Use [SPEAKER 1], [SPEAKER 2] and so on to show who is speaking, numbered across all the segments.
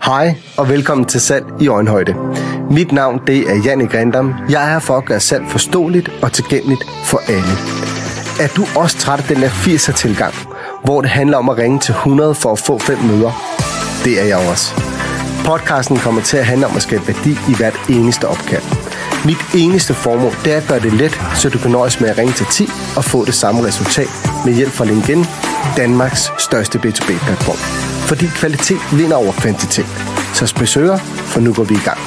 [SPEAKER 1] Hej og velkommen til Salg i Øjenhøjde. Mit navn det er Jannik Rindam. Jeg er her for at gøre salg forståeligt og tilgængeligt for alle. Er du også træt af den der 80'er tilgang, hvor det handler om at ringe til 100 for at få 5 møder? Det er jeg også. Podcasten kommer til at handle om at skabe værdi i hvert eneste opkald. Mit eneste formål det er at gøre det let, så du kan nøjes med at ringe til 10 og få det samme resultat med hjælp fra LinkedIn, Danmarks største B2B-platform. Fordi kvalitet vinder over kvantitet. Så spids ører, for nu går vi i gang.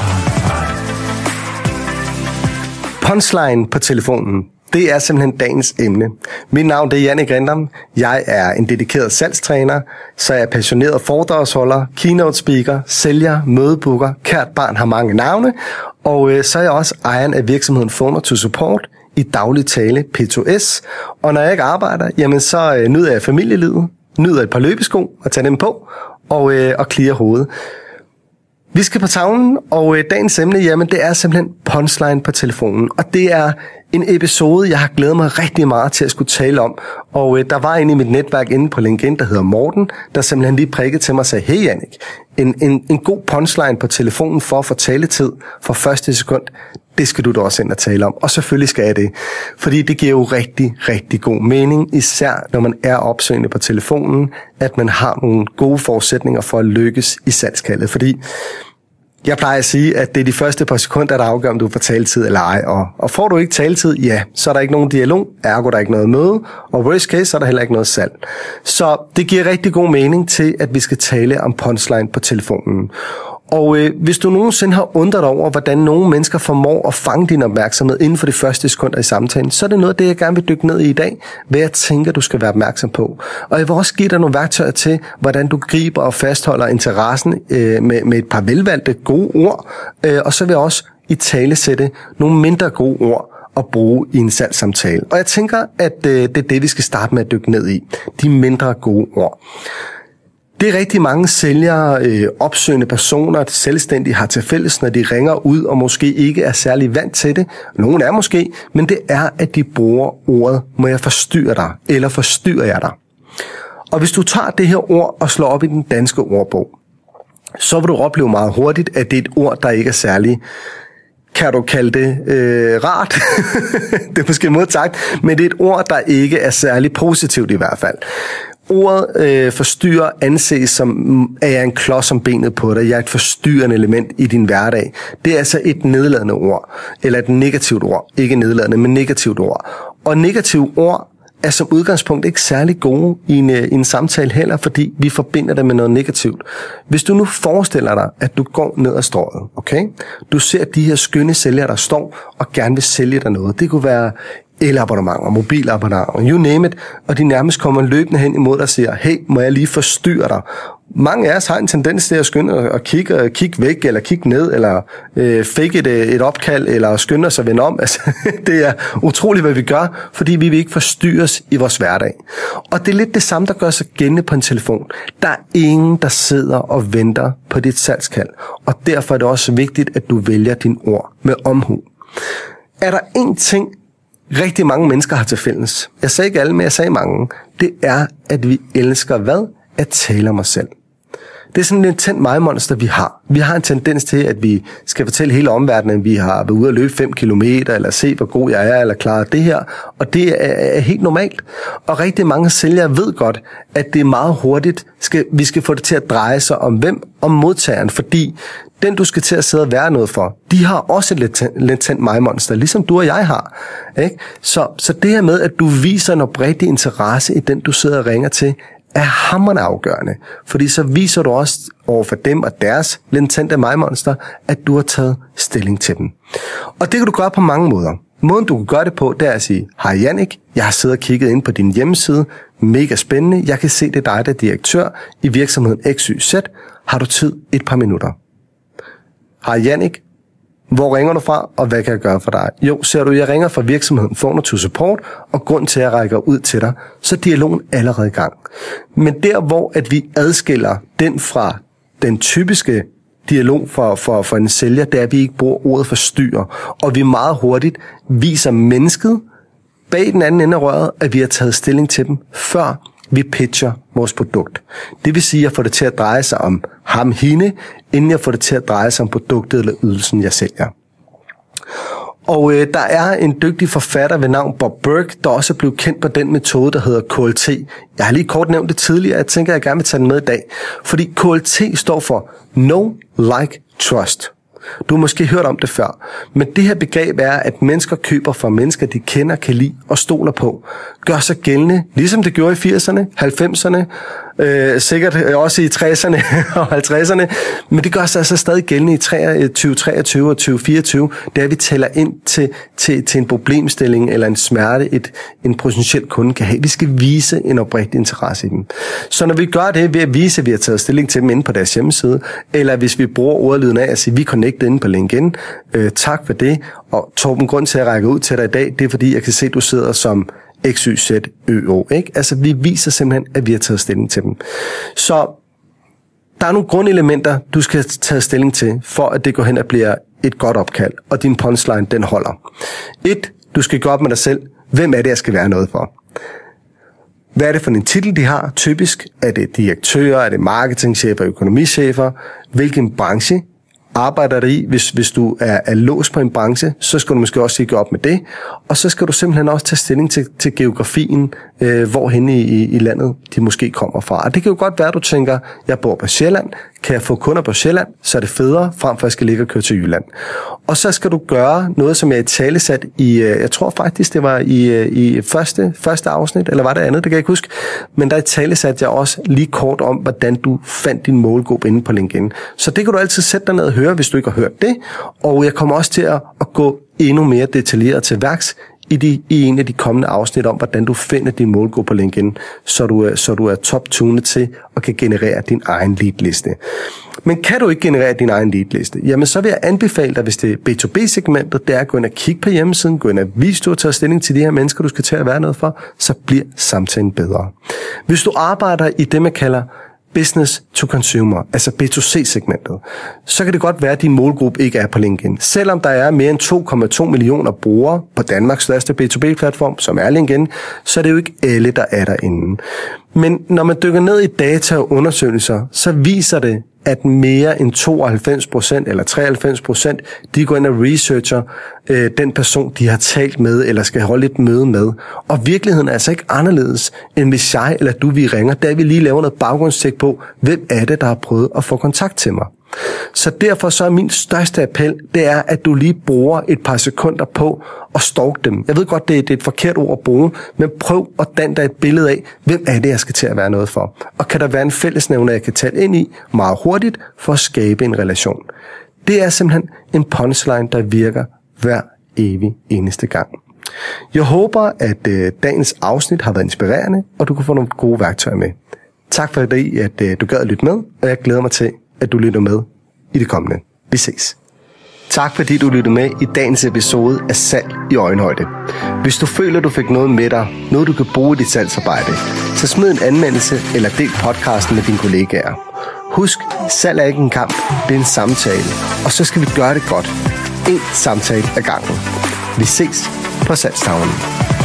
[SPEAKER 1] Punchline på telefonen. Det er simpelthen dagens emne. Mit navn det er Jannik Rindam. Jeg er en dedikeret salgstræner, så jeg er passioneret foredragsholder, keynote speaker, sælger, mødebooker, kært barn har mange navne, og så er jeg også ejeren af virksomheden Phone to Support, i daglig tale P2S. Og når jeg ikke arbejder, jamen så nyder jeg familielivet, nyder et par løbesko og tager dem på og clear hovedet. Vi skal på tavlen, og dagens emne, jamen det er simpelthen punchline på telefonen. Og det er en episode, jeg har glædet mig rigtig meget til at skulle tale om. Og der var en i mit netværk inde på LinkedIn, der hedder Morten, der simpelthen lige prikkede til mig og sagde, hey Jannik, en god punchline på telefonen for at få taletid for første sekund, det skal du da også ind og tale om. Og selvfølgelig skal jeg det, fordi det giver jo rigtig, rigtig god mening, især når man er opsøgende på telefonen, at man har nogle gode forudsætninger for at lykkes i salgskaldet. Fordi jeg plejer at sige, at det er de første par sekunder, der afgør, om du får taletid eller ej. Og får du ikke taletid, ja, så er der ikke nogen dialog, ergo der er ikke noget møde, og worst case, så er der heller ikke noget salg. Så det giver rigtig god mening til, at vi skal tale om punchline på telefonen. Og hvis du nogensinde har undret over, hvordan nogle mennesker formår at fange din opmærksomhed inden for de første sekunder i samtalen, så er det noget af det, jeg gerne vil dykke ned i dag, hvad jeg tænker, du skal være opmærksom på. Og jeg vil også give dig nogle værktøjer til, hvordan du griber og fastholder interessen med et par velvalgte gode ord, og så vil jeg også i tale sætte nogle mindre gode ord at bruge i en salgssamtale. Og jeg tænker, at det er det, vi skal starte med at dykke ned i. De mindre gode ord. Det er rigtig mange sælgere, opsøgende personer, selvstændige har til fælles, når de ringer ud og måske ikke er særlig vant til det. Nogen er måske, men det er, at de bruger ordet, må jeg forstyrre dig, eller forstyrrer jeg dig. Og hvis du tager det her ord og slår op i den danske ordbog, så vil du opleve meget hurtigt, at det er et ord, der ikke er særlig, kan du kalde det rart? Det er måske modsagt, men det er et ord, der ikke er særlig positivt i hvert fald. Ordet forstyrrer anses som, at jeg er en klods om benet på dig. Jeg er et forstyrrende element i din hverdag. Det er altså et nedladende ord, eller et negativt ord. Ikke nedladende, men negativt ord. Og negative ord er som udgangspunkt ikke særlig gode i en samtale heller, fordi vi forbinder det med noget negativt. Hvis du nu forestiller dig, at du går ned ad strøget, okay? Du ser de her skønne sælgere, der står og gerne vil sælge dig noget. Det kunne være elabonnementer, mobilabonnementer, you name it, og de nærmest kommer løbende hen imod dig og siger, hey, må jeg lige forstyrre dig? Mange af os har en tendens til at skynde og kigge væk, eller kigge ned, eller fake et opkald, eller skynde os at vende om. Altså, det er utroligt, hvad vi gør, fordi vi vil ikke forstyrres i vores hverdag. Og det er lidt det samme, der gør sig gældende på en telefon. Der er ingen, der sidder og venter på dit salgskald, og derfor er det også vigtigt, at du vælger dine ord med omhu. Er der en ting, rigtig mange mennesker har til fælles, jeg sagde ikke alle, men jeg sagde mange, det er, at vi elsker hvad? At tale om os selv. Det er sådan en tændt mig-monster, vi har. Vi har en tendens til, at vi skal fortælle hele omverdenen, at vi har været ude at løbe 5 kilometer, eller se, hvor god jeg er, eller klare det her. Og det er helt normalt. Og rigtig mange sælgere ved godt, at det er meget hurtigt, vi skal få det til at dreje sig om hvem? Om modtageren, fordi den, du skal til at sidde og være noget for, de har også et latent mig-monster, ligesom du og jeg har. Ikke? Så det her med, at du viser en oprigtig interesse i den, du sidder og ringer til, er hamrende afgørende, fordi så viser du også over for dem og deres latente mig-monster, at du har taget stilling til dem. Og det kan du gøre på mange måder. Måden du kan gøre det på, det er at sige, hej Jannik, jeg har siddet og kigget ind på din hjemmeside, mega spændende, jeg kan se det er dig, der er direktør i virksomheden XYZ, har du tid et par minutter? Hej Jannik, hvor ringer du fra, og hvad kan jeg gøre for dig? Jo, ser du, jeg ringer fra virksomheden Phone to Support, og grund til, at jeg rækker ud til dig, så er dialogen allerede i gang. Men der, hvor at vi adskiller den fra den typiske dialog for en sælger, det er, at vi ikke bruger ordet forstyrrer, og vi meget hurtigt viser mennesket bag den anden ende af røret, at vi har taget stilling til dem, før vi pitcher vores produkt. Det vil sige at få det til at dreje sig om ham, hende, inden jeg får det til at dreje sig om produktet eller ydelsen, jeg sælger. Og der er en dygtig forfatter ved navn Bob Burg, der også er blevet kendt på den metode, der hedder KLT. Jeg har lige kort nævnt det tidligere, jeg tænker, jeg gerne vil tage den med i dag. Fordi KLT står for Know, Like, Trust. Du har måske hørt om det før, men det her begreb er, at mennesker køber fra mennesker, de kender, kan lide og stoler på. Gør sig gældende, ligesom det gjorde i 80'erne, 90'erne, sikkert også i 60'erne og 50'erne, men det gør sig altså stadig gældende i 2023 og 2024, der vi tæller ind til en problemstilling eller en smerte, en potentiel kunde kan have. Vi skal vise en oprigtig interesse i dem. Så når vi gør det ved at vise, at vi har taget stilling til dem inde på deres hjemmeside, eller hvis vi bruger ordlyden af at sige, vi connecter inde på LinkedIn, tak for det, og Torben, grund til at række ud til dig i dag, det er fordi, jeg kan se, at du sidder som XYZØO, ikke? Altså, vi viser simpelthen, at vi har taget stilling til dem. Så der er nogle grundelementer, du skal tage stilling til, for at det går hen og bliver et godt opkald, og din punchline, den holder. 1. Du skal gå op med dig selv. Hvem er det, jeg skal være noget for? Hvad er det for en titel, de har? Typisk er det direktører, er det marketingchefer, økonomichefer? Hvilken branche arbejder der i? Hvis du er låst på en branche, så skal du måske også gå op med det. Og så skal du simpelthen også tage stilling til geografien, hvorhen i landet de måske kommer fra. Og det kan jo godt være, at du tænker, jeg bor på Sjælland, kan jeg få kunder på Sjælland, så er det federe, frem for at jeg skal ligge og køre til Jylland. Og så skal du gøre noget, som jeg italesat i, jeg tror faktisk, det var i første afsnit, eller var det andet, det kan jeg ikke huske, men der italesat jeg også lige kort om, hvordan du fandt din målgruppe inde på LinkedIn. Så det kan du altid sætte dig ned og høre, hvis du ikke har hørt det, og jeg kommer også til at gå endnu mere detaljeret til værks i en af de kommende afsnit om, hvordan du finder din målgruppe på LinkedIn, så du er top-tunet til at kan generere din egen leadliste. Men kan du ikke generere din egen leadliste, jamen så vil jeg anbefale dig, hvis det er B2B-segmentet, det er at gå ind og kigge på hjemmesiden, gå ind og vise, du har taget stilling til de her mennesker, du skal til at være noget for, så bliver samtalen bedre. Hvis du arbejder i det, man kalder business to consumer, altså B2C-segmentet, så kan det godt være, at din målgruppe ikke er på LinkedIn. Selvom der er mere end 2,2 millioner brugere på Danmarks største B2B-platform, som er LinkedIn, så er det jo ikke alle, der er derinde. Men når man dykker ned i data og undersøgelser, så viser det, at mere end 92% eller 93%, de går ind og researcher den person, de har talt med, eller skal holde et møde med. Og virkeligheden er altså ikke anderledes, end hvis jeg eller du, vi ringer, der vi lige laver noget baggrundstjek på, hvem er det, der har prøvet at få kontakt til mig. Så derfor så er min største appel, det er, at du lige bruger et par sekunder på at stalke dem. Jeg ved godt, det er et forkert ord at bruge, men prøv at danne dig et billede af, hvem er det, jeg skal til at være noget for. Og kan der være en fællesnævner, jeg kan tale ind i meget hurtigt for at skabe en relation. Det er simpelthen en punchline, der virker hver evig eneste gang. Jeg håber, at dagens afsnit har været inspirerende, og du kan få nogle gode værktøjer med. Tak for det, at du gad at lytte med, og jeg glæder mig til, at du lytter med i det kommende. Vi ses. Tak fordi du lyttede med i dagens episode af Salg i Øjenhøjde. Hvis du føler, du fik noget med dig, noget du kan bruge i dit salgsarbejde, så smid en anmeldelse eller del podcasten med dine kollegaer. Husk, salg er ikke en kamp, det er en samtale, og så skal vi gøre det godt. En samtale ad gangen. Vi ses på salgstavlen.